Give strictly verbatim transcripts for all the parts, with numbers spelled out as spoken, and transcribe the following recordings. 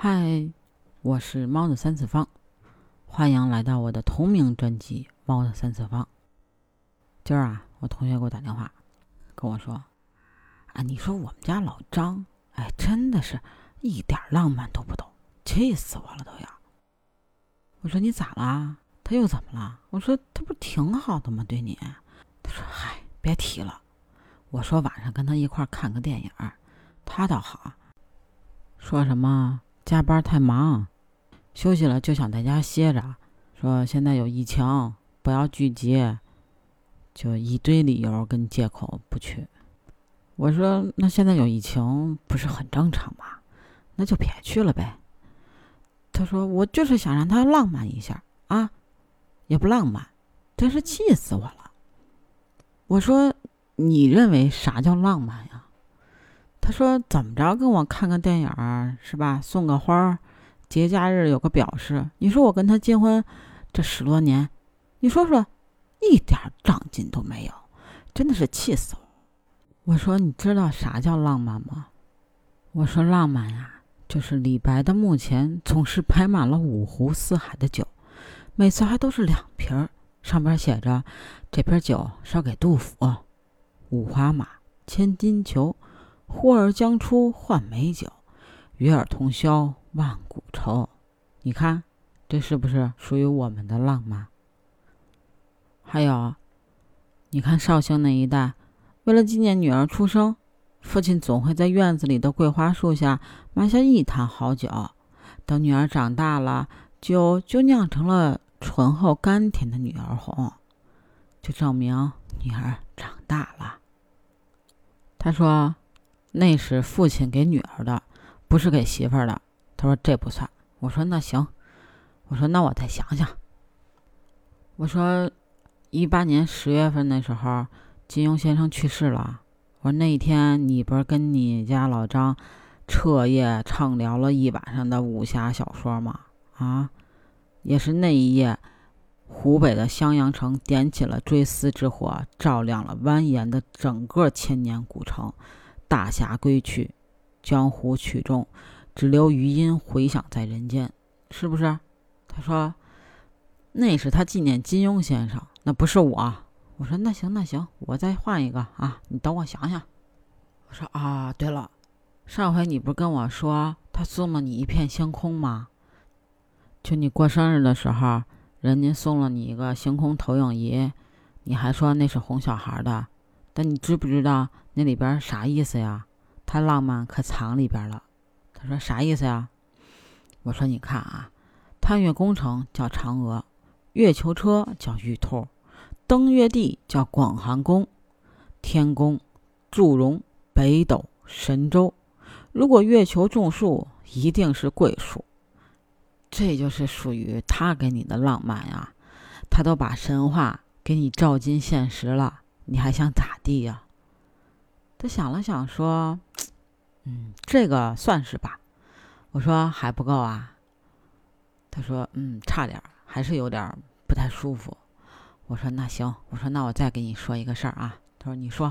嗨，我是猫的三次方，欢迎来到我的同名专辑《猫的三次方》。今儿啊，我同学给我打电话，跟我说：“啊，你说我们家老张，哎，真的是一点浪漫都不懂，气死我了都要。”我说：“你咋啦？他又怎么了？”我说：“他不挺好的吗？对你？”他说：“嗨，别提了。”我说：“晚上跟他一块看个电影，他倒好，说什么加班太忙，休息了就想在家歇着，说现在有疫情，不要聚集，就一堆理由跟借口不去。”我说：“那现在有疫情不是很正常吗？那就别去了呗。”他说：“我就是想让他浪漫一下啊，也不浪漫，真是气死我了。”我说：“你认为啥叫浪漫呀？”他说：“怎么着跟我看个电影是吧？送个花，节假日有个表示。你说我跟他结婚这十多年，你说说，一点长进都没有，真的是气死我。”我说：“你知道啥叫浪漫吗？”我说：“浪漫呀，就是李白的墓前总是摆满了五湖四海的酒，每次还都是两瓶，上边写着这瓶酒烧给杜甫，五花马，千金裘。呼儿将出换美酒，与尔同销万古愁。”你看，这是不是属于我们的浪漫？还有，你看绍兴那一带，为了纪念女儿出生，父亲总会在院子里的桂花树下埋下一坛好酒，等女儿长大了，酒就酿成了醇厚甘甜的女儿红，就证明女儿长大了。他说那是父亲给女儿的，不是给媳妇儿的。他说这不算。我说那行，我说那我再想想。我说一八年十月份那时候，金庸先生去世了。我说那一天你不是跟你家老张彻夜畅聊了一晚上的武侠小说吗？啊，也是那一夜，湖北的襄阳城点起了追思之火，照亮了蜿蜒的整个千年古城。大侠归去，江湖曲终，只留余音回响在人间，是不是？他说那是他纪念金庸先生，那不是我。我说那行那行，我再换一个啊，你等我想想。我说啊，对了，上回你不是跟我说他送了你一片星空吗？就你过生日的时候，人家送了你一个星空投影仪，你还说那是哄小孩的，但你知不知道那里边啥意思呀？太浪漫可藏里边了。他说啥意思呀？我说你看啊，探月工程叫嫦娥，月球车叫玉兔，登月地叫广寒宫，天宫、祝融、北斗、神州。如果月球种树，一定是桂树。这就是属于他给你的浪漫呀，他都把神话给你照进现实了，你还想咋地呀？他想了想说，嗯，这个算是吧。我说还不够啊。他说嗯，差点，还是有点不太舒服。我说那行，我说那我再给你说一个事儿啊。他说你说。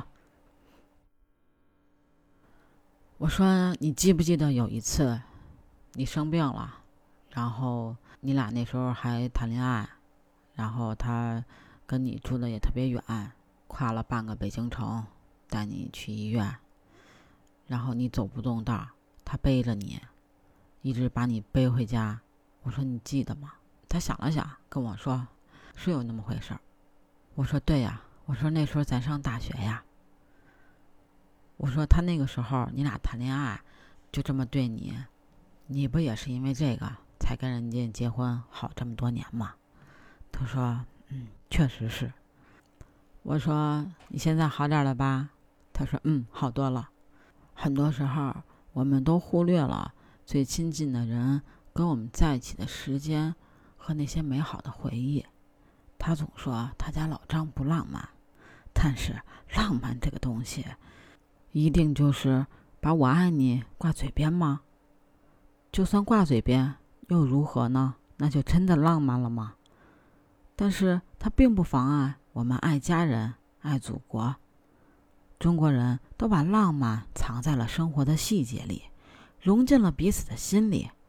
我说你记不记得有一次你生病了，然后你俩那时候还谈恋爱，然后他跟你住的也特别远，跨了半个北京城带你去医院，然后你走不动道，他背着你一直把你背回家。我说你记得吗？他想了想跟我说是有那么回事儿。我说对呀，我说那时候咱上大学呀。我说他那个时候你俩谈恋爱就这么对你，你不也是因为这个才跟人家结婚好这么多年吗？他说嗯，确实是。我说你现在好点了吧？他说嗯，好多了。很多时候我们都忽略了最亲近的人跟我们在一起的时间和那些美好的回忆。他总说他家老张不浪漫，但是浪漫这个东西一定就是把我爱你挂嘴边吗？就算挂嘴边又如何呢？那就真的浪漫了吗？但是它并不妨碍我们爱家人爱祖国。中国人都把浪漫藏在了生活的细节里，融进了彼此的心里。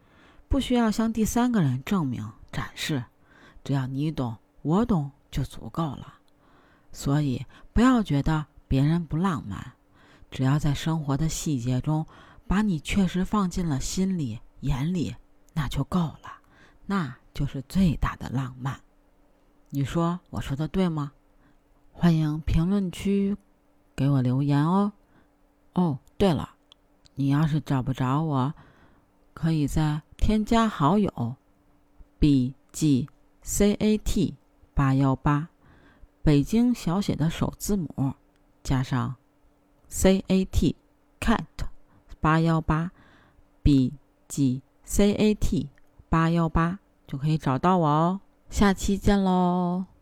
不需要向第三个人证明展示，只要你懂我懂就足够了。所以不要觉得别人不浪漫，只要在生活的细节中把你确实放进了心里眼里，那就够了，那就是最大的浪漫。你说我说的对吗？欢迎评论区给我留言哦。哦，对了，你要是找不着我，可以在添加好友 B G C A T 八一八，北京小写的首字母加上 C A T cat 八一八 B G C A T 八一八就可以找到我哦。下期见喽。